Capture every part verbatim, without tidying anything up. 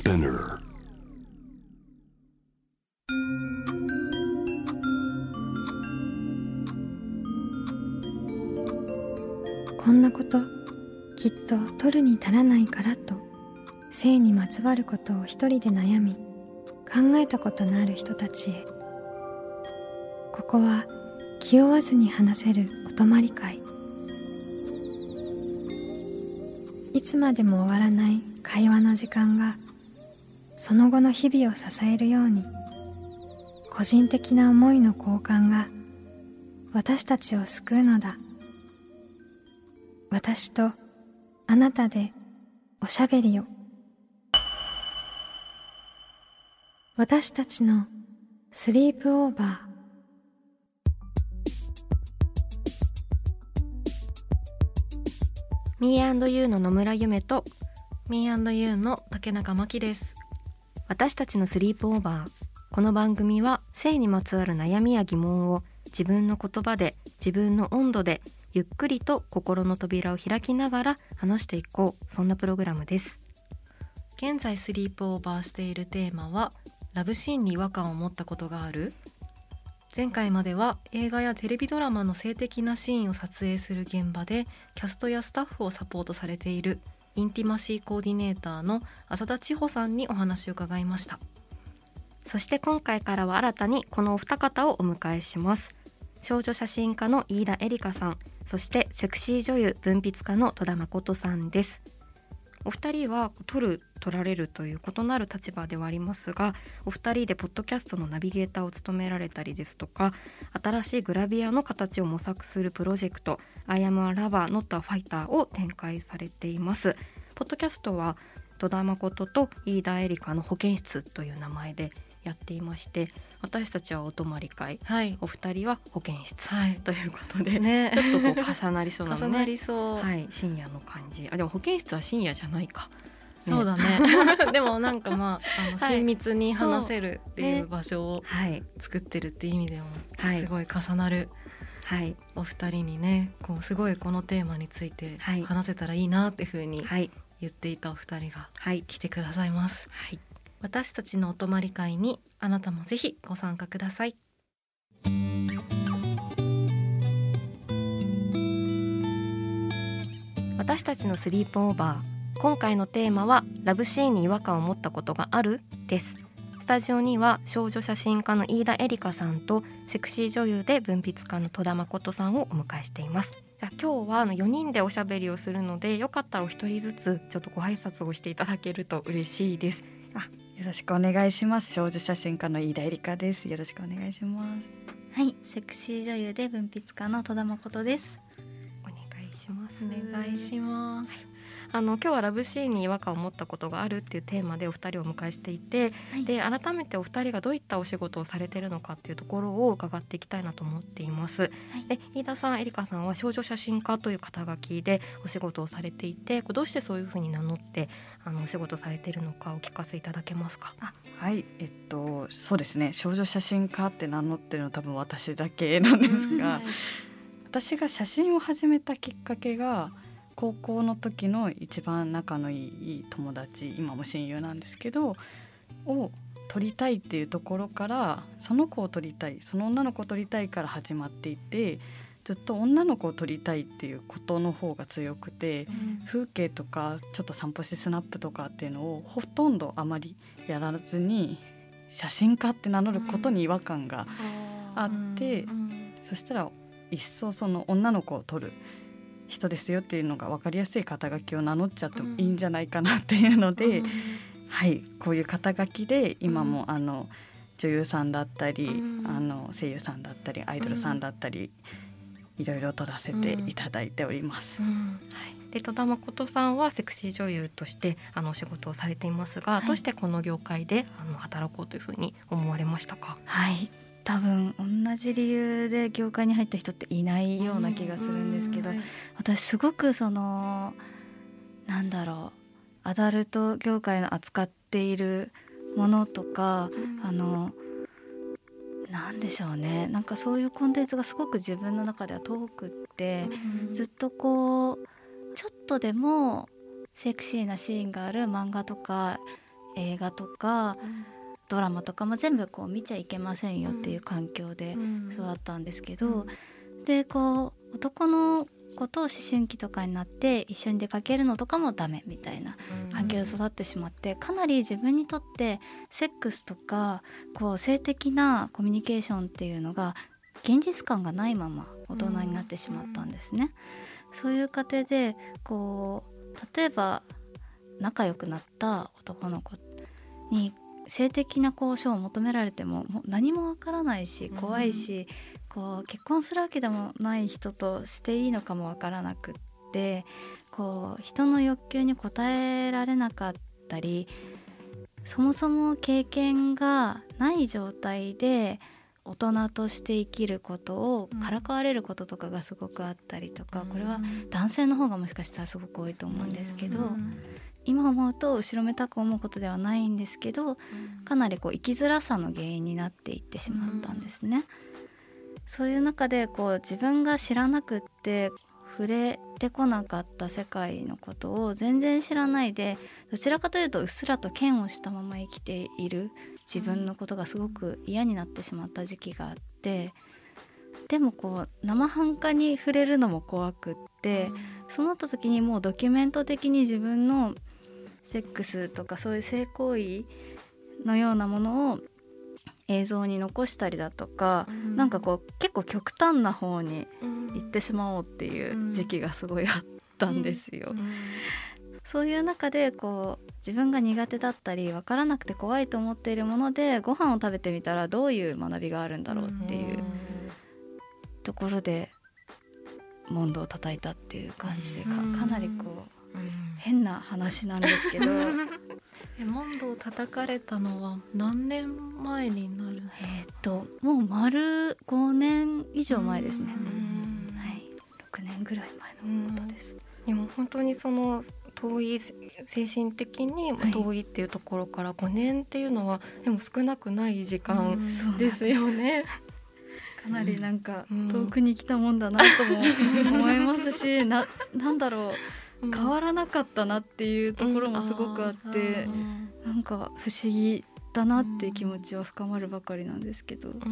Spinner。 こんなこときっと取るに足らないからと性にまつわることを一人で悩み考えたことのある人たちへ、ここは気負わずに話せるお泊まり会。いつまでも終わらない会話の時間がその後の日々を支えるように、個人的な思いの交換が私たちを救うのだ。私とあなたでおしゃべりを。私たちのスリープオーバー。 ミー&ユー の野村ゆめとミー&ユー の竹中真希です。 私たちのスリープオーバー。この番組は性にまつわる悩みや疑問を自分の言葉で自分の温度でゆっくりと心の扉を開きながら話していこう、そんなプログラムです。 現在スリープオーバーしているテーマはラブシーンに違和感を持ったことがある。前回までは映画やテレビドラマの性的なシーンを撮影する現場でキャストやスタッフをサポートされているインティマシーコーディネーターの浅田千穂さんにお話を伺いました。 そして今回からは新たにこのお二方をお迎えします。少女写真家の飯田絵梨香さん、そしてセクシー女優文筆家の戸田誠さんです。お二人は撮る撮られるという異なる立場ではありますが、お二人でポッドキャストのナビゲーターを務められたりですとか、新しいグラビアの形を模索するプロジェクト I am a lover not a fighter を展開されています。ポッドキャストは戸田誠と飯田絵梨香の保健室という名前でやっていまして、私たちはお泊まり会、はい、お二人は保健室、はい、ということで、ね、ちょっとこう重なりそうなのね重なりそう、 はい、深夜の感じ。あ、でも保健室は深夜じゃないか、 ね、そうだねでもなんかまあ、あの親密に話せるっていう場所を作ってるっていう意味でもすごい重なる、はい、お二人にね、こうすごいこのテーマについて話せたらいいなっていうふうに言っていたお二人が来てくださいます、はい、私たちのお泊まり会にあなたもぜひご参加ください。 私たちのスリープオーバー。今回のテーマはラブシーンに違和感を持ったことがあるです。スタジオには少女写真家の飯田絵梨香さんとセクシー女優で文筆家の戸田誠さんをお迎えしています。じゃあ今日はあのよにんでおしゃべりをするので、よかったらお一人ずつちょっとご挨拶をしていただけると嬉しいです。 あ、よろしくお願いします。少女写真家の飯田絵梨香です。よろしくお願いします。 はい、セクシー女優で文筆家の戸田誠です。 お願いします。 お願いします。 あの今日はラブシーンに違和感を持ったことがあるっていうテーマでお二人をお迎えしていて、はい、で改めてお二人がどういったお仕事をされているのかっていうところを伺っていきたいなと思っています、はい、で飯田さん、絵梨香さんは少女写真家という肩書きでお仕事をされていて、どうしてそういうふうに名乗ってあのお仕事されているのかお聞かせいただけますか。 あ、はい、えっとそうですね、少女写真家って名乗ってるのは多分私だけなんですが、はい、私が写真を始めたきっかけが高校の時の一番仲のいい友達、今も親友なんですけどを撮りたいっていうところから、その子を撮りたい、その女の子を撮りたいから始まっていて、ずっと女の子を撮りたいっていうことの方が強くて、うん、風景とかちょっと散歩してスナップとかっていうのをほとんどあまりやらずに写真家って名乗ることに違和感があって、うんうん、そしたら一層その女の子を撮る人ですよっていうのが分かりやすい肩書きを名乗っちゃってもいいんじゃないかなっていうので、うん、はい、こういう肩書きで今も、うん、あの女優さんだったり、うん、あの声優さんだったりアイドルさんだったり、うん、いろいろ撮らせていただいております、うんうん、 はい、で戸田誠さんはセクシー女優としてあのお仕事をされていますが、はい、どうしてこの業界であの働こうというふうに思われましたか。 はい、多分同じ理由で業界に入った人っていないような気がするんですけど、私すごくそのなんだろう、アダルト業界の扱っているものとか、あのなんでしょうね、なんかそういうコンテンツがすごく自分の中では遠くって、ずっとこうちょっとでもセクシーなシーンがある漫画とか映画とか、うん、ドラマとかも全部こう見ちゃいけませんよっていう環境で育ったんですけど、うんうん、でこう男の子と思春期とかになって一緒に出かけるのとかもダメみたいな環境で育ってしまって、かなり自分にとってセックスとかこう性的なコミュニケーションっていうのが現実感がないまま大人になってしまったんですね。そういう過程でこう例えば仲良くなった男の子に性的な交渉を求められても、もう何もわからないし怖いし、うん、こう結婚するわけでもない人としていいのかもわからなくって、こう人の欲求に応えられなかったり、そもそも経験がない状態で大人として生きることをからかわれることとかがすごくあったりとか、うん、これは男性の方がもしかしたらすごく多いと思うんですけど、うん、今思うと後ろめたく思うことではないんですけど、うん、かなりこう生きづらさの原因になっていってしまったんですね、うん、そういう中でこう自分が知らなくって触れてこなかった世界のことを全然知らないで、どちらかというとうっすらと嫌悪したまま生きている自分のことがすごく嫌になってしまった時期があって、でもこう生半可に触れるのも怖くって、そうなった時にもうドキュメント的に自分のセックスとかそういう性行為のようなものを映像に残したりだとか、うん、なんかこう結構極端な方に行ってしまおうっていう時期がすごいあったんですよ、うんうん、そういう中でこう自分が苦手だったり分からなくて怖いと思っているものでご飯を食べてみたらどういう学びがあるんだろうっていうところで問答を叩いたっていう感じで か, かなりこう、うん、変な話なんですけどえ問答を叩かれたのは何年前になる？ えー、っともう丸ごねん以上前ですね、はい、ろくねんぐらい前のことです。 でも本当にその遠い精神的に遠いっていうところからごねんっていうのはでも少なくない時間ですよね。 かなりなんか遠くに来たもんだなとも思いますし、な, なんだろう変わらなかったなっていうところもすごくあって、なんか不思議だなっていう気持ちは深まるばかりなんですけど、うん、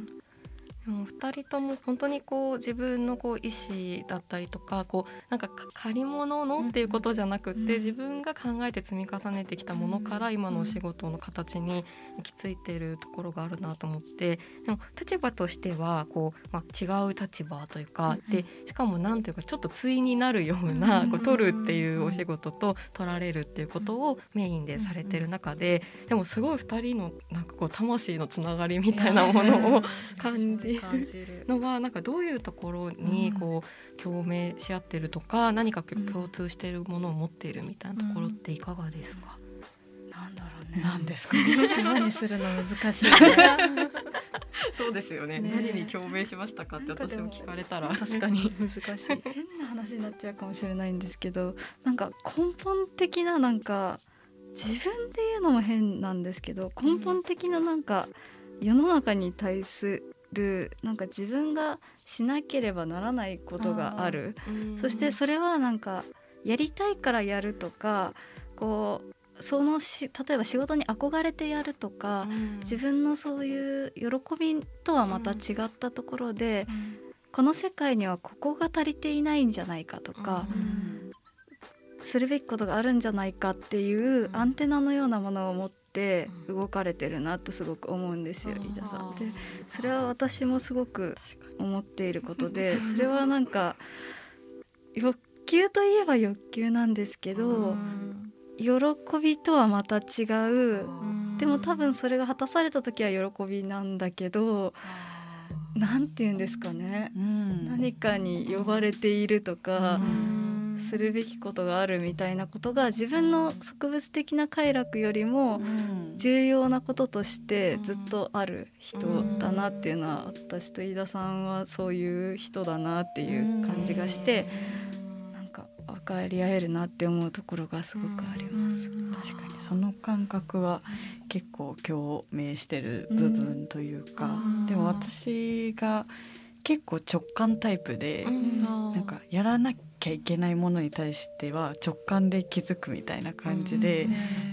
でもふたりとも本当にこう自分のこう意思だったりとかこうなんか借り物のっていうことじゃなくって、うん、自分が考えて積み重ねてきたものから今のお仕事の形に行き着いているところがあるなと思って、でも立場としてはこう、まあ、違う立場というか、うん、でしかもなんていうかちょっと対になるような、うん、こう取るっていうお仕事と取られるっていうことをメインでされてる中で、でもすごいふたりのなんかこう魂のつながりみたいなものを感じ感じるのはなんかどういうところにこう共鳴し合ってるとか、何か共通しているものを持っているみたいなところっていかがですか？ うん、なんだろうね。 何ですかね。 言葉にするの難しいね。 そうですよね。ね、何に共鳴しましたかって私も聞かれたら確かに難しい。変な話になっちゃうかもしれないんですけど、なんか根本的ななんか自分で言うのも変なんですけど、根本的ななんか世の中に対するなんか自分がしなければならないことがある。そしてそれはなんかやりたいからやるとか、こうそのし例えば仕事に憧れてやるとか、自分のそういう喜びとはまた違ったところで、この世界にはここが足りていないんじゃないかとか、するべきことがあるんじゃないかっていうアンテナのようなものを持ってで動かれてるなとすごく思うんですよ、飯田さん。でそれは私もすごく思っていることで、それはなんか欲求といえば欲求なんですけど、喜びとはまた違う。でも多分それが果たされた時は喜びなんだけど、なんて言うんですかね、何かに呼ばれているとかするべきことがあるみたいなことが自分の植物的な快楽よりも重要なこととしてずっとある人だなっていうのは、私と飯田さんはそういう人だなっていう感じがして、なんか分かり合えるなって思うところがすごくあります。 確かにその感覚は結構共鳴してる部分というか、でも私が結構直感タイプで、なんかやらなきゃいけないものに対しては直感で気づくみたいな感じで、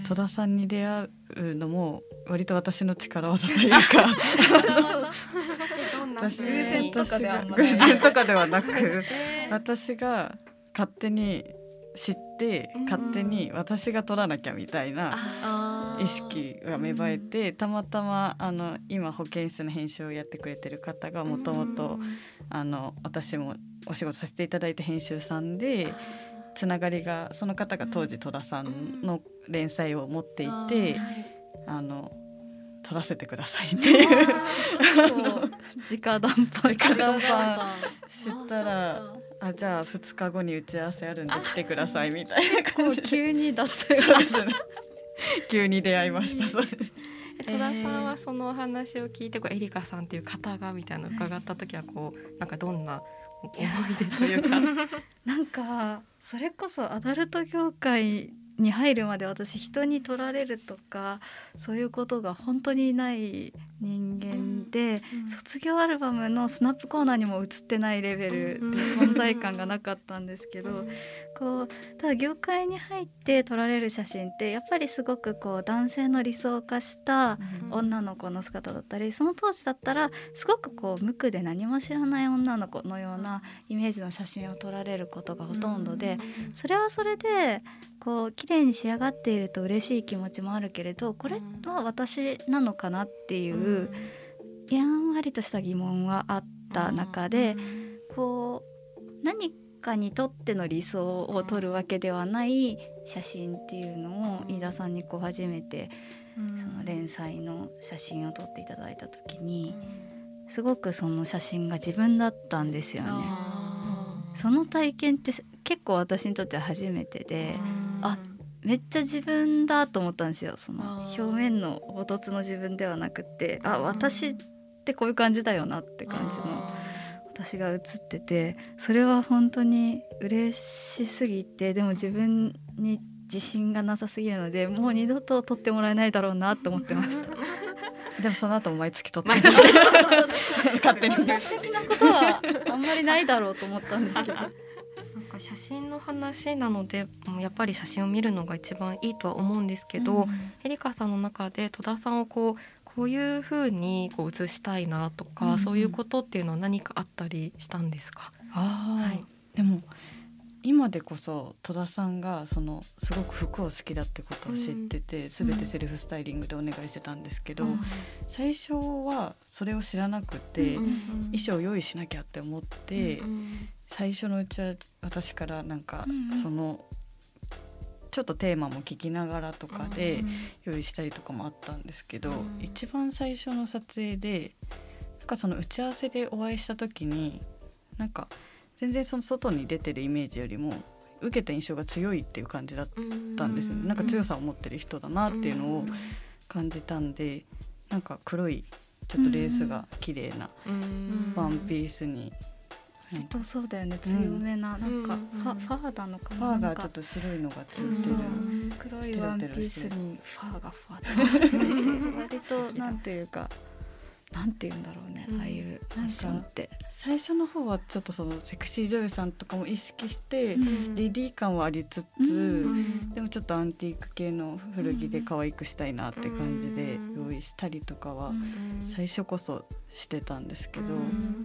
戸田さんに出会うのも割と私の力技というか偶然とかでは偶然とかではなく私が勝手に知って勝手に私が取らなきゃみたいな意識が芽生えて、たまたまあの今保健室の編集をやってくれてる方がもともと私もお仕事させていただいた編集さんで、つながりがその方が当時戸田さんの連載を持っていて、あの取らせてくださいっていう直談判直談判したら、あじゃあふつかごに打ち合わせあるんで来てくださいみたいな感じで急にだったよ急に出会いました。それ戸田さんはそのお話を聞いて、こうエリカさんっていう方がみたいなのを伺った時はこうなんかどんな思い出というかなんかそれこそアダルト業界に入るまで私人に取られるとかそういうことが本当にない人間で、うんうん、卒業アルバムのスナップコーナーにも写ってないレベルで存在感がなかったんですけど、うんうん、こうただ業界に入って撮られる写真ってやっぱりすごくこう男性の理想化した女の子の姿だったり、その当時だったらすごくこう無垢で何も知らない女の子のようなイメージの写真を撮られることがほとんどで、それはそれでこう綺麗に仕上がっていると嬉しい気持ちもあるけれど、これは私なのかなっていうやんわりとした疑問はあった中で、こう何かにとっての理想を撮るわけではない写真っていうのを飯田さんにこう初めてその連載の写真を撮っていただいた時にすごくその写真が自分だったんですよね。その体験って結構私にとっては初めてで、あめっちゃ自分だと思ったんですよ。その表面の凹凸の自分ではなくて、あ私ってこういう感じだよなって感じの私が写ってて、それは本当に嬉しすぎて、でも自分に自信がなさすぎるのでもう二度と撮ってもらえないだろうなと思ってましたでもその後も毎月撮ってます勝手に素敵なことはあんまりないだろうと思ったんですけどなんか写真の話なのでやっぱり写真を見るのが一番いいとは思うんですけど、うん、エリカさんの中で戸田さんをこうこういう風にこう写したいなとか、うん、そういうことっていうのは何かあったりしたんですか？ あ、はい、でも今でこそ戸田さんがそのすごく服を好きだってことを知ってて、うん、全てセルフスタイリングでお願いしてたんですけど、うん、最初はそれを知らなくて、うん、衣装を用意しなきゃって思って、うん、最初のうちは私からなんかそのちょっとテーマも聞きながらとかで用意したりとかもあったんですけど、うん、一番最初の撮影でなんかその打ち合わせでお会いした時になんか全然その外に出てるイメージよりも受けた印象が強いっていう感じだったんですよね。なんか強さを持ってる人だなっていうのを感じたんで、なんか黒いちょっとレースが綺麗なワンピースにきっとそうだよね、強めな、うん、なんかファ、ファーなのかな、 ファーがちょっと白いのがついてる、 うん、黒いワンピースにファーがふわっとしてて割となんていうかなんていうんだろうね、うん、ああいうファッションって最初の方はちょっとそのセクシー女優さんとかも意識して、うん、レディー感はありつつ、うん、でもちょっとアンティーク系の古着で可愛くしたいなって感じで用意したりとかは最初こそしてたんですけど、うん、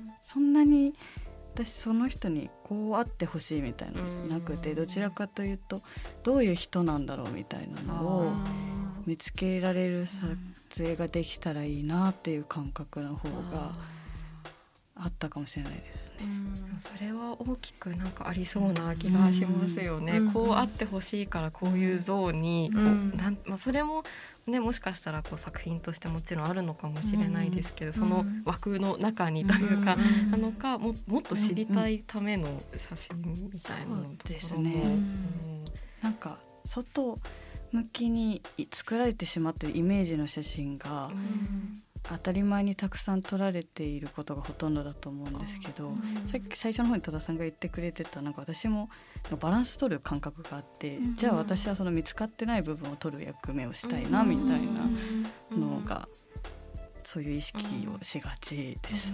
そんなに私その人にこうあってほしいみたいなのじゃなくて、どちらかというとどういう人なんだろうみたいなのを見つけられる撮影ができたらいいなっていう感覚の方があったかもしれないですね。 うん、それは大きくなんかありそうな気がしますよね。うん、こうあってほしいからこういう像にこう、うん、なんまあ、それもね、もしかしたらこう作品としてもちろんあるのかもしれないですけど、うん、その枠の中にというか、うん、なのか も, もっと知りたいための写真みたいなのところも、 そうですね、うん、なんか外向きに作られてしまっているイメージの写真が、うん、当たり前にたくさん撮られていることがほとんどだと思うんですけど、うん、さっき最初の方に戸田さんが言ってくれてたなんか私もバランス取る感覚があって、うん、じゃあ私はその見つかってない部分を取る役目をしたいなみたいなのが、そういう意識をしがちですね。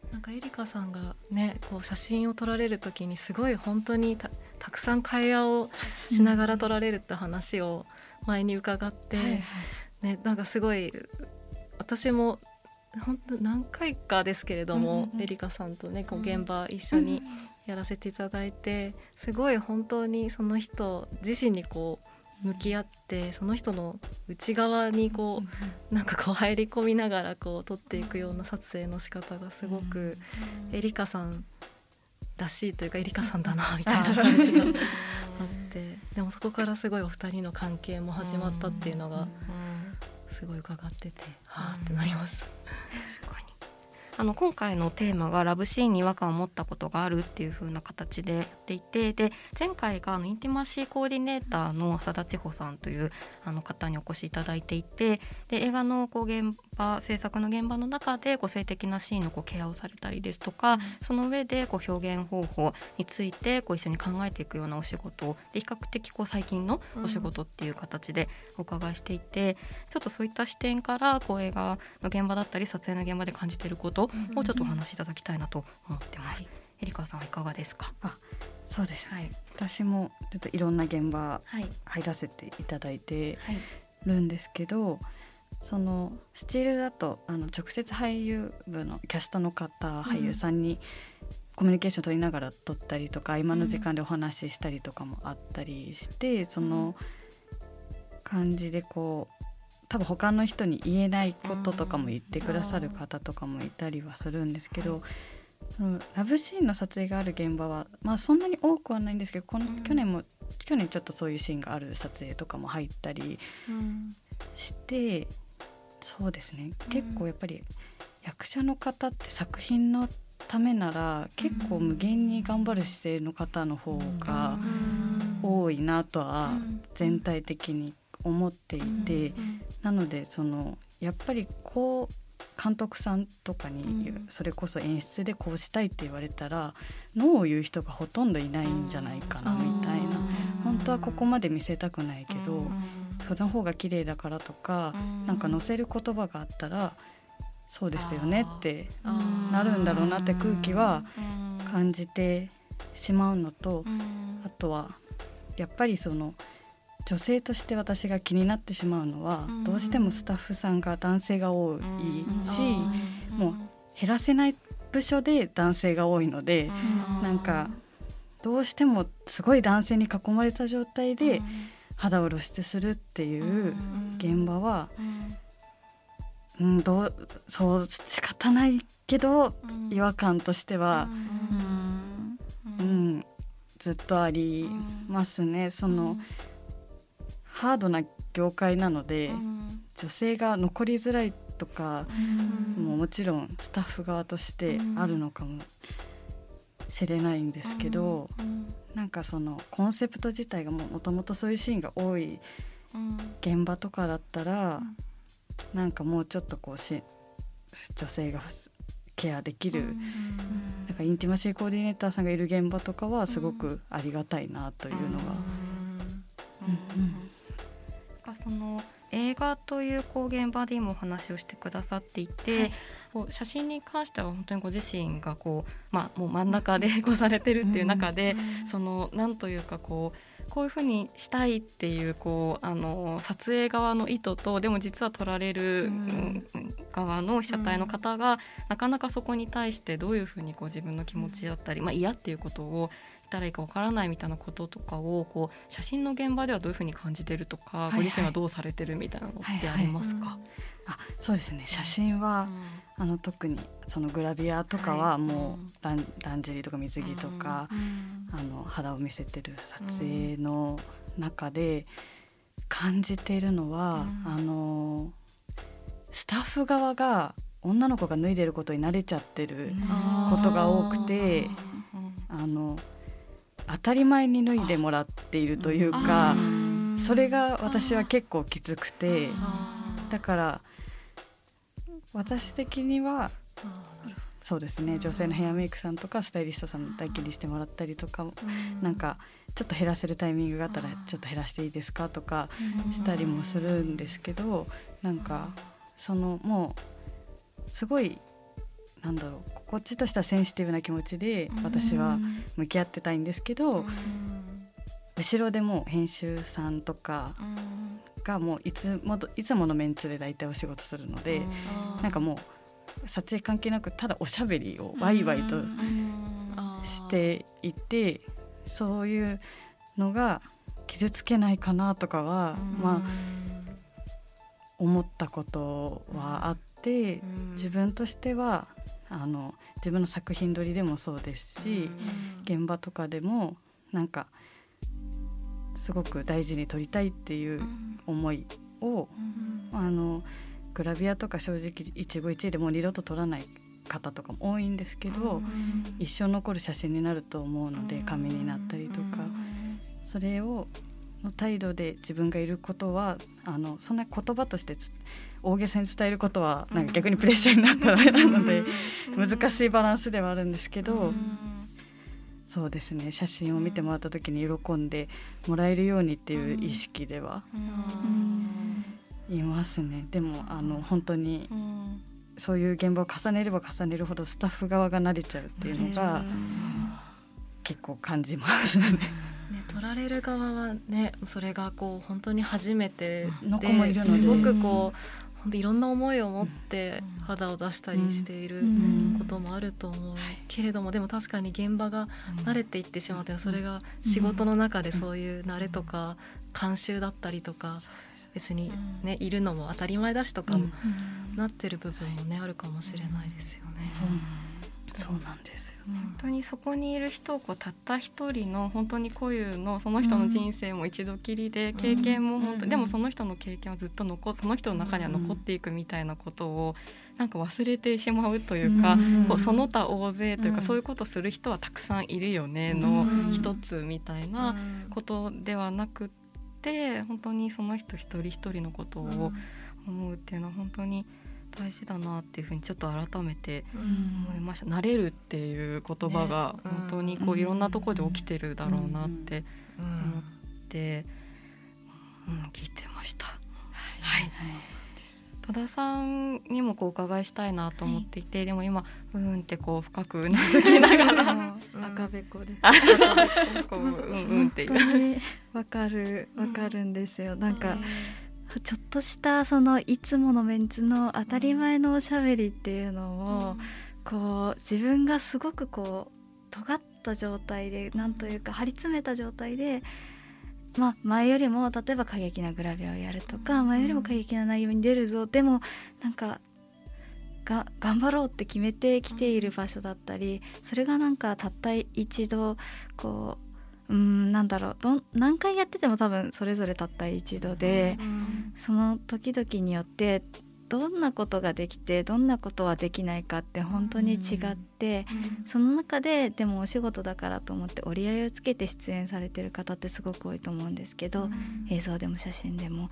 なんかエリカさんがねこう写真を撮られる時にすごい本当に た, たくさん会話をしながら撮られるって話を前に伺って、うんはいはいね、なんかすごい私も本当何回かですけれども、うんうん、エリカさんとねこう現場一緒にやらせていただいて、すごい本当にその人自身にこう向き合って、その人の内側にこうなんかこう入り込みながらこう撮っていくような撮影の仕方がすごくエリカさんらしいというか、エリカさんだなみたいな感じがあって、でもそこからすごいお二人の関係も始まったっていうのがすごい伺ってて、はーってなりました。 確かにあの今回のテーマがラブシーンに違和感を持ったことがあるっていう風な形でやっていて、で前回があのインティマシーコーディネーターの浅田千穂さんというあの方にお越しいただいていて、で映画のこう現場制作の現場の中でこう性的なシーンのこうケアをされたりですとか、その上でこう表現方法についてこう一緒に考えていくようなお仕事で、比較的こう最近のお仕事っていう形でお伺いしていて、ちょっとそういった視点からこう映画の現場だったり撮影の現場で感じていることをちょっとお話しいただきたいなと思ってます。エリカさんはいかがですか？ あ、そうですね、はい、私もちょっといろんな現場入らせていただいてるんですけど、はい、そのスチールだとあの直接俳優部のキャストの方、うん、俳優さんにコミュニケーション取りながら撮ったりとか、今の時間でお話ししたりとかもあったりして、うん、その感じでこう多分他の人に言えないこととかも言ってくださる方とかもいたりはするんですけど、そのラブシーンの撮影がある現場は、まあ、そんなに多くはないんですけど、この去年も去年ちょっとそういうシーンがある撮影とかも入ったりして、そうですね、結構やっぱり役者の方って作品のためなら結構無限に頑張る姿勢の方の方が多いなとは全体的に思っていて、なのでそのやっぱりこう監督さんとかにそれこそ演出でこうしたいって言われたらノーを言う人がほとんどいないんじゃないかなみたいな、本当はここまで見せたくないけどその方が綺麗だからとか、なんか載せる言葉があったらそうですよねってなるんだろうなって空気は感じてしまうのと、あとはやっぱりその女性として私が気になってしまうのは、どうしてもスタッフさんが男性が多いし、もう減らせない部署で男性が多いので、なんかどうしてもすごい男性に囲まれた状態で肌を露出するっていう現場は、うん、どうそう仕方ないけど違和感としては、うん、ずっとありますね。そのハードな業界なので、うん、女性が残りづらいとか、うん、ももちろんスタッフ側としてあるのかもしれないんですけど、うん、なんかそのコンセプト自体がもともとそういうシーンが多い現場とかだったら、うん、なんかもうちょっとこうし女性がケアできる、うん、なんかインティマシーコーディネーターさんがいる現場とかはすごくありがたいなというのが、うんうんうんその映画というこう現場で今お話をしてくださっていて、はい、こう写真に関しては本当にご自身がこう、まあ、もう真ん中でこうされてるっていう中で、うん、そのなんというかこうこういうふうにしたいっていうこうあの撮影側の意図と、でも実は撮られる側の被写体の方が、うん、なかなかそこに対してどういうふうにこう自分の気持ちだったり、まあ、嫌っていうことをたらいいかわからないみたいなこととかをこう写真の現場ではどういうふうに感じてるとか、はいはい、ご自身はどうされてるみたいなのってありますか？はいはい、 あ、そうですね、写真は、うん、あの特にそのグラビアとかはもう、はい、ラン、ランジェリーとか水着とか、うん、あの肌を見せてる撮影の中で感じているのは、うん、あのスタッフ側が女の子が脱いでることに慣れちゃってることが多くて、あの当たり前に脱いでもらっているというか、それが私は結構きつくて、だから私的にはそうですね、女性のヘアメイクさんとかスタイリストさんだけにしてもらったりとか、なんかちょっと減らせるタイミングがあったらちょっと減らしていいですかとかしたりもするんですけど、なんかそのもうすごいなんだろうこっちとしてはセンシティブな気持ちで私は向き合ってたいんですけど、後ろでも編集さんとかがもういつもいつものメンツで大体お仕事するので、なんかもう撮影関係なくただおしゃべりをワイワイとしていて、そういうのが傷つけないかなとかはまあ思ったことはあって、自分としてはあの自分の作品撮りでもそうですし、現場とかでもなんかすごく大事に撮りたいっていう思いを、あのグラビアとか正直一期一会でもう二度と撮らない方とかも多いんですけど、一生残る写真になると思うので、紙になったりとか、それをの態度で自分がいることはあのそんな言葉として大げさに伝えることはなんか逆にプレッシャーになったらあれなので難しいバランスではあるんですけど、そうですね、写真を見てもらった時に喜んでもらえるようにっていう意識ではいますね。でもあの本当にそういう現場を重ねれば重ねるほどスタッフ側が慣れちゃうっていうのが結構感じますね。 ね、撮られる側はね、それがこう本当に初めての子もいるので、 すごくこう本当いろんな思いを持って肌を出したりしていることもあると思うけれども、でも確かに現場が慣れていってしまって、それが仕事の中でそういう慣れとか慣習だったりとか、別にねいるのも当たり前だしとかなってる部分もねあるかもしれないですよね。 そうそうなんですよね。 本当にそこにいる人をこうたった一人の本当に固有のその人の人生も一度きりで、経験も本当、でもその人の経験はずっと残その人の中には残っていくみたいなことをなんか忘れてしまうというか、こうその他大勢というか、そういうことする人はたくさんいるよねの一つみたいなことではなくて、本当にその人一人一人のことを思うっていうのは本当に大事だなっていうふうにちょっと改めて思いました。慣れるっていう言葉が本当にこういろんなところで起きてるだろうなって思って、うんうん、聞いてました。はい、はい、戸田さんにもこうお伺いしたいなと思っていて、はい、でも今うーんってこう深くうなずきながら赤べこでこううんうんって本当にわかるわかるんですよ。なんかちょっとしたそのいつものメンツの当たり前のおしゃべりっていうのを、こう自分がすごくこう尖った状態で、なんというか張り詰めた状態で、まあ、前よりも例えば過激なグラビアをやるとか、前よりも過激な内容に出るぞ、でもなんかが頑張ろうって決めてきている場所だったり、それがなんかたった一度こううーんなんだろうど何回やってても多分それぞれたった一度で、うん、その時々によってどんなことができてどんなことはできないかって本当に違って、うん、その中ででもお仕事だからと思って折り合いをつけて出演されてる方ってすごく多いと思うんですけど、うん、映像でも写真でも、うん、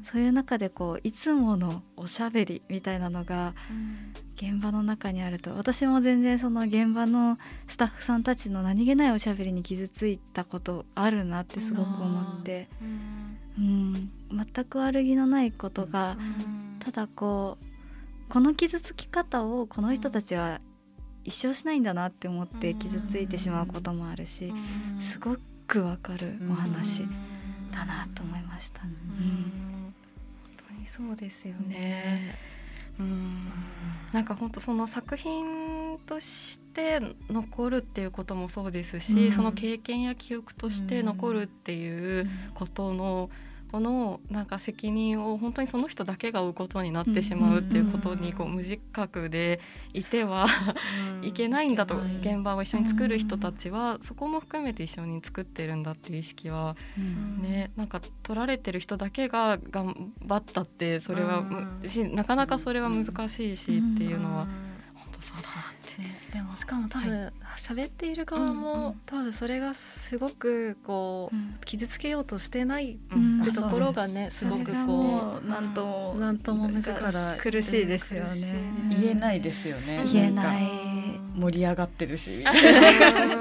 そういう中でこういつものおしゃべりみたいなのが現場の中にあると、私も全然その現場のスタッフさんたちの何気ないおしゃべりに傷ついたことあるなってすごく思って、うん、全く悪気のないことが、ただこうこの傷つき方をこの人たちは一生しないんだなって思って傷ついてしまうこともあるし、すごくわかるお話だなと思いました。うんうん、 本当にそうですよね。うん、なんか本当その作品として残るっていうこともそうですし、うん、その経験や記憶として残るっていうことのこのなんか責任を本当にその人だけが負うことになってしまうっていうことにこう無自覚でいてはいけないんだと、現場を一緒に作る人たちはそこも含めて一緒に作ってるんだっていう意識はね、なんか取られてる人だけが頑張ったってそれはなかなかそれは難しいしっていうのは本当そうだなってね。 でもしかも多分喋っている側も多分それがすごくこう傷つけようとしてないってところがね、すごくこうなんともなんとも難しい苦しいですよね。 言えないですよね。 言えない。 盛り上がってるしみたいな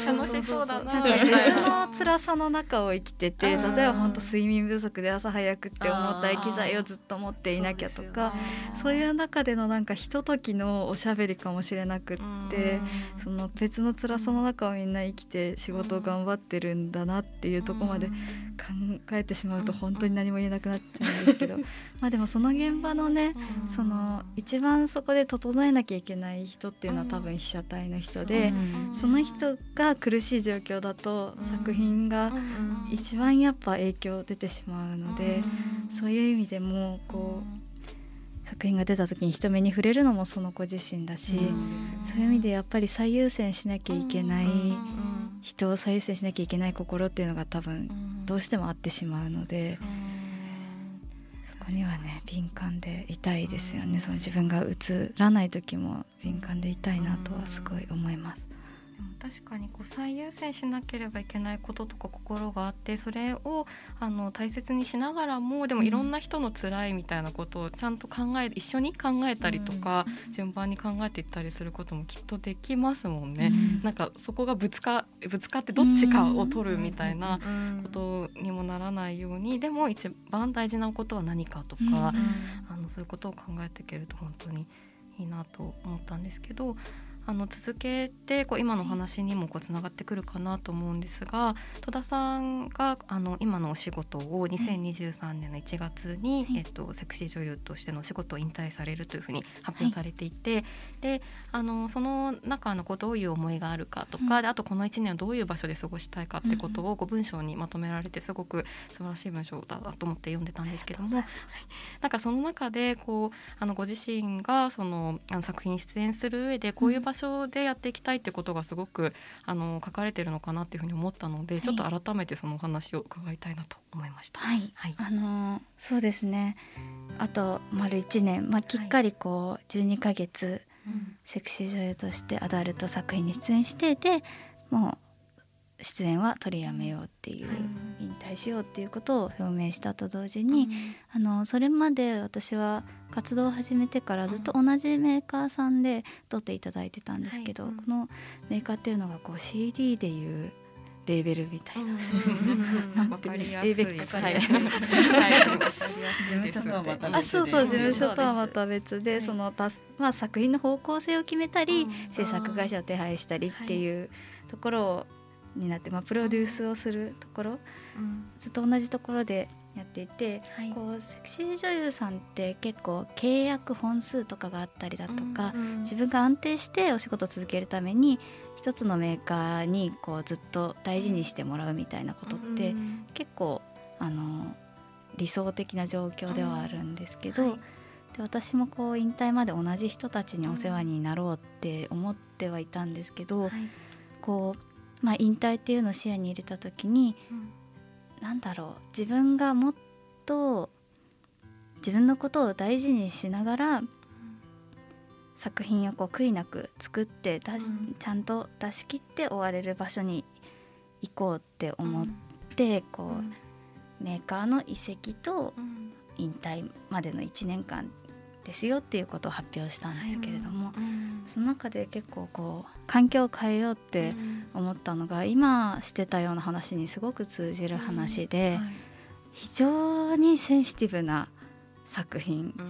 楽しそうだな。 別の辛さの中を生きてて、例えば本当睡眠不足で朝早くって重たい機材をずっと持っていなきゃとか、そういう中でのなんかひとときのおしゃべりかもしれなくって、その別の辛さの中をみんな生きて仕事を頑張ってるんだなっていうところまで考えてしまうと本当に何も言えなくなっちゃうんですけど、まあでもその現場のね、その一番そこで整えなきゃいけない人っていうのは多分被写体の人で、その人が苦しい状況だと作品が一番やっぱ影響出てしまうので、そういう意味でもこう作品が出た時に人目に触れるのもその子自身だし、そういう意味でやっぱり最優先しなきゃいけない人を最優先しなきゃいけない心っていうのが多分どうしてもあってしまうので、そこにはね敏感でいたいですよね。その自分が映らない時も敏感でいたいなとはすごい思います。 確かにこう最優先しなければいけないこととか心があって、それをあの大切にしながらもでもいろんな人の辛いみたいなことをちゃんと考え一緒に考えたりとか、うん、順番に考えていったりすることもきっとできますもんね、うん、なんかそこがぶつか、ぶつかってどっちかを取るみたいなことにもならないように、でも一番大事なことは何かとか、うん、あのそういうことを考えていけると本当にいいなと思ったんですけど、あの続けてこう今の話にもこうつながってくるかなと思うんですが、戸田さんがあの今のお仕事をにせんにじゅうさんねんのいちがつに、はい、えっと、セクシー女優としてのお仕事を引退されるというふうに発表されていて、はい、であのその中のこうどういう思いがあるかとか、うん、であとこのいちねんをどういう場所で過ごしたいかってことをこう文章にまとめられて、すごく素晴らしい文章だなと思って読んでたんですけども、なんかその中でこうあのご自身がそのあの作品に出演する上でこういう場所でやっていきたいってことがすごくあの書かれてるのかなっていうふうに思ったので、はい、ちょっと改めてそのお話を伺いたいなと思いました。 はい、はい、あのー、そうですね、あと丸いちねん、まあ、きっかりこうじゅうにかげつ、はい、セクシー女優としてアダルト作品に出演してでもう出演は取りやめようっていう、はい、引退しようっていうことを表明したと同時に、うん、あのそれまで私は活動を始めてからずっと同じメーカーさんで撮っていただいてたんですけど、はい、このメーカーっていうのがこう シーディー でいうレーベルみたいな、 わかりやすい、エイベックスみたいな、 事務所とはまた別で、 あ、そうそう、事務所とはまた別で、はい、そのた、まあ、作品の方向性を決めたり、うん、制作会社を手配したりっていうところをになって、まあ、プロデュースをするところ、うん、ずっと同じところでやっていて、はい、こうセクシー女優さんって結構契約本数とかがあったりだとか、うんうん、自分が安定してお仕事を続けるために一つのメーカーにこうずっと大事にしてもらうみたいなことって、うん、結構あの理想的な状況ではあるんですけど、うんはい、で私もこう引退まで同じ人たちにお世話になろうって思ってはいたんですけど、はい、こうまあ、引退っていうのを視野に入れた時に、うん、なんだろう、自分がもっと自分のことを大事にしながら、うん、作品をこう悔いなく作って出し、うん、ちゃんと出し切って終われる場所に行こうって思って、うん、こう、うん、メーカーの移籍と引退までのいちねんかんですよっていうことを発表したんですけれども、はいうん、その中で結構こう環境を変えようって思ったのが、うん、今してたような話にすごく通じる話で、うんはい、非常にセンシティブな作品、うん、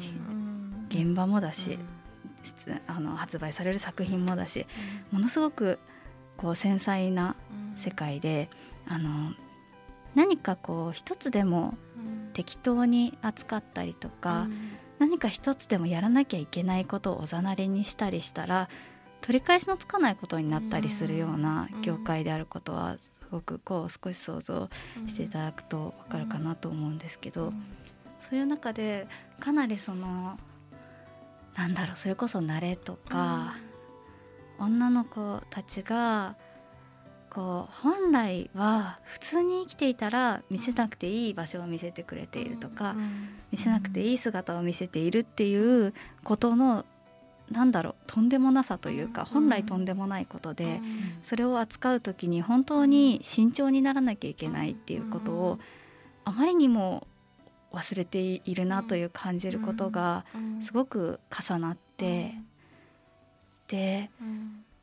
現場もだし、うん、あの発売される作品もだし、うん、ものすごくこう繊細な世界で、うん、あの何かこう一つでも適当に扱ったりとか、うん何か一つでもやらなきゃいけないことをおざなりにしたりしたら取り返しのつかないことになったりするような業界であることはすごくこう少し想像していただくと分かるかなと思うんですけど、そういう中でかなりそのなんだろう、それこそ慣れとか女の子たちがこう本来は普通に生きていたら見せなくていい場所を見せてくれているとか、うん、見せなくていい姿を見せているっていうことのなんだろう、とんでもなさというか、うん、本来とんでもないことで、うん、それを扱うときに本当に慎重にならなきゃいけないっていうことをあまりにも忘れているなという感じることがすごく重なって、で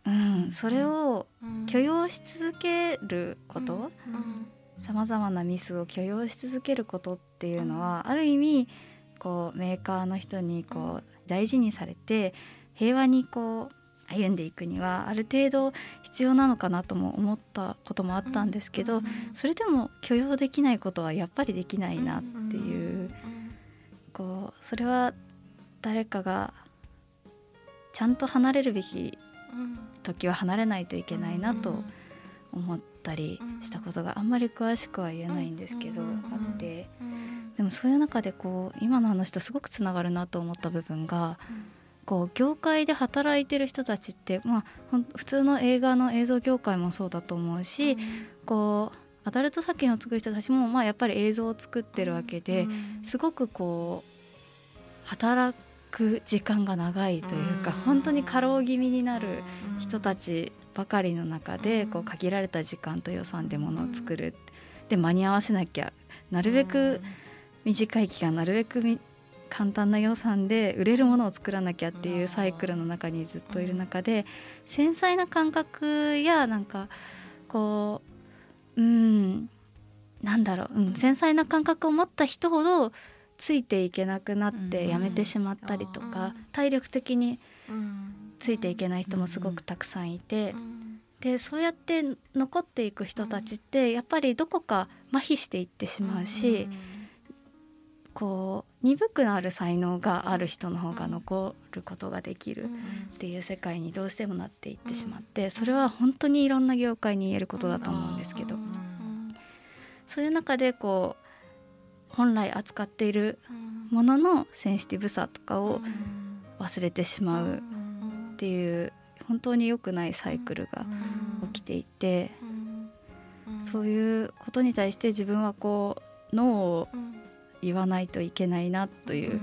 うん、それを許容し続けることさまざまなミスを許容し続けることっていうのは、ある意味こうメーカーの人にこう大事にされて平和にこう歩んでいくにはある程度必要なのかなとも思ったこともあったんですけど、それでも許容できないことはやっぱりできないなっていう、こうそれは誰かがちゃんと離れるべき時は離れないといけないなと思ったりしたことがあんまり詳しくは言えないんですけどあって、でもそういう中でこう今の話とすごくつながるなと思った部分が、こう業界で働いてる人たちって、まあ、普通の映画の映像業界もそうだと思うし、こうアダルト作品を作る人たちも、まあ、やっぱり映像を作ってるわけで、すごくこう働く時間が長いというか、本当に過労気味になる人たちばかりの中で、こう限られた時間と予算でものを作る、で間に合わせなきゃ、なるべく短い期間、なるべくみ簡単な予算で売れるものを作らなきゃっていうサイクルの中にずっといる中で、繊細な感覚やなんかこううんなんだろう、うん、繊細な感覚を持った人ほどついていけなくなってやめてしまったりとか、体力的についていけない人もすごくたくさんいて、でそうやって残っていく人たちってやっぱりどこか麻痺していってしまうし、こう鈍くなる才能がある人の方が残ることができるっていう世界にどうしてもなっていってしまって、それは本当にいろんな業界に言えることだと思うんですけど、そういう中でこう本来扱っているもののセンシティブさとかを忘れてしまうっていう本当に良くないサイクルが起きていて、そういうことに対して自分はこうノーを言わないといけないなという、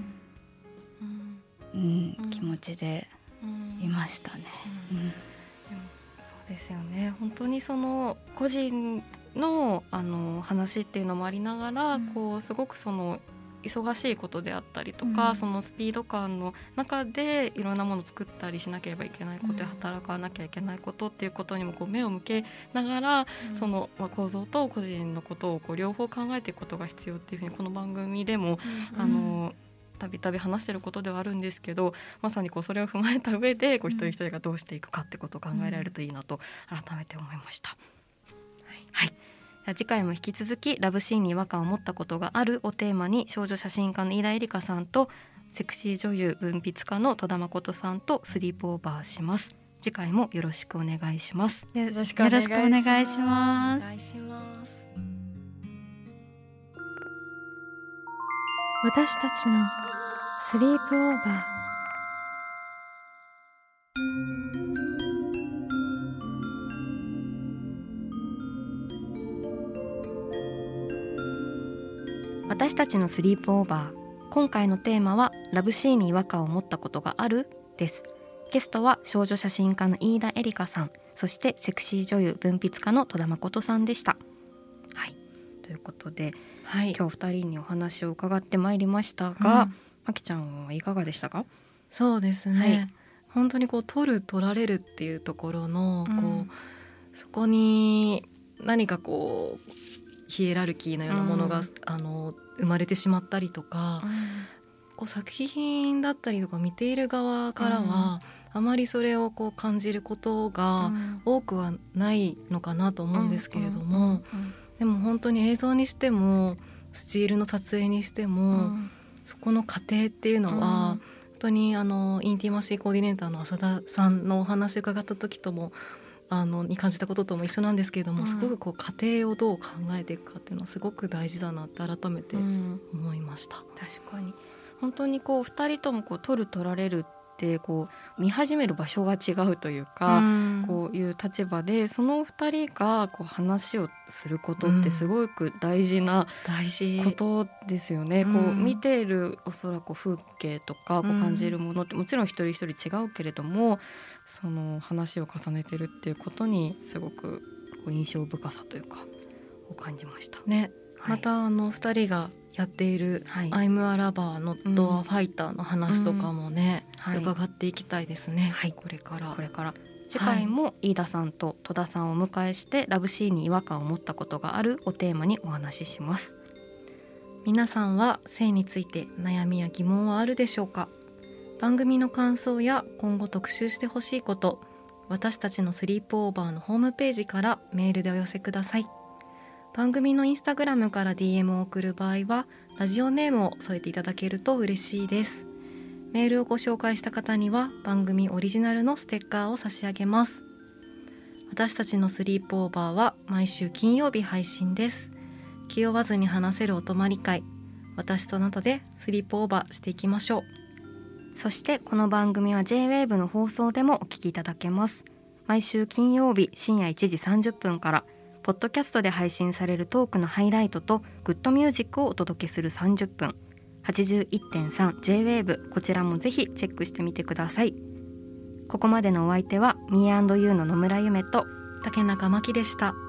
うん、気持ちでいましたね。うんうん、 そうですよね。本当にその個人のあの話っていうのもありながら、うん、こうすごくその忙しいことであったりとか、うん、そのスピード感の中でいろんなものを作ったりしなければいけないことや、うん、働かなきゃいけないことっていうことにもこう目を向けながら、うん、その、まあ、構造と個人のことをこう両方考えていくことが必要っていうふうにこの番組でも、うん、あのたびたび話してることではあるんですけど、まさにこうそれを踏まえた上でこう一人一人がどうしていくかってことを考えられるといいなと改めて思いました。はい、はい、次回も引き続きラブシーンに違和感を持ったことがあるをテーマに、少女写真家の飯田絵梨香さんとセクシー女優文筆家の戸田誠さんとスリープオーバーします。次回もよろしくお願いします。 よろしくお願いします。 私たちのスリープオーバー。 私たちのスリープオーバー、今回のテーマはラブシーンに違和感を持ったことがあるです。ゲストは少女写真家の飯田絵梨香さん、そしてセクシー女優文筆家の戸田誠さんでした。はい、ということで、はい、今日ふたりにお話を伺ってまいりましたが、うん、まきちゃんはいかがでしたか？ そうですね、はい、本当にこう取る取られるっていうところの、こう、うん、そこに何かこうヒエラルキーのようなものが、うん、あの生まれてしまったりとか、うん、こう作品だったりとか見ている側からは、うん、あまりそれをこう感じることが多くはないのかなと思うんですけれども、うんうんうんうん、でも本当に映像にしてもスチールの撮影にしても、うん、そこの過程っていうのは、うん、本当にあのインティマシーコーディネーターの浅田さんのお話を伺った時ともあのに感じたこととも一緒なんですけれども、うん、すごくこう家庭をどう考えていくかっていうのはすごく大事だなって改めて思いました。うん、 確かに本当にこうふたりともこう取る取られるってこう見始める場所が違うというか、うん、こういう立場でそのふたりがこう話をすることってすごく大事なことですよね。うん、こう見ているおそらく風景とかこう感じるものってもちろん一人一人違うけれども、その話を重ねてるっていうことにすごくこう印象深さというかを感じましたね。はい、またあのふたりがやっている、はい、I'm a Lover Not a Fighterの話とかもね、うん、伺っていきたいですね。はい、これからこれから次回も飯田さんと戸田さんをお迎えしてラブシーンに違和感を持ったことがあるをテーマにお話しします。 皆さんは性について悩みや疑問はあるでしょうか。番組の感想や今後特集してほしいこと、私たちのスリープオーバーのホームページからメールでお寄せください。番組のインスタグラムから ディーエム を送る場合はラジオネームを添えていただけると嬉しいです。メールをご紹介した方には番組オリジナルのステッカーを差し上げます。私たちのスリープオーバーは毎週金曜日配信です。気負わずに話せるお泊まり会、私とあなたでスリープオーバーしていきましょう。 そしてこの番組は ジェイウェーブ の放送でもお聞きいただけます。毎週金曜日深夜いちじさんじゅっぷんからポッドキャストで配信されるトークのハイライトとグッドミュージックをお届けするさんじゅっぷん はちじゅういってんさん ジェイウェーブ、 こちらもぜひチェックしてみてください。ここまでのお相手は ミーアンドユー の野村ゆめと竹中真希でした。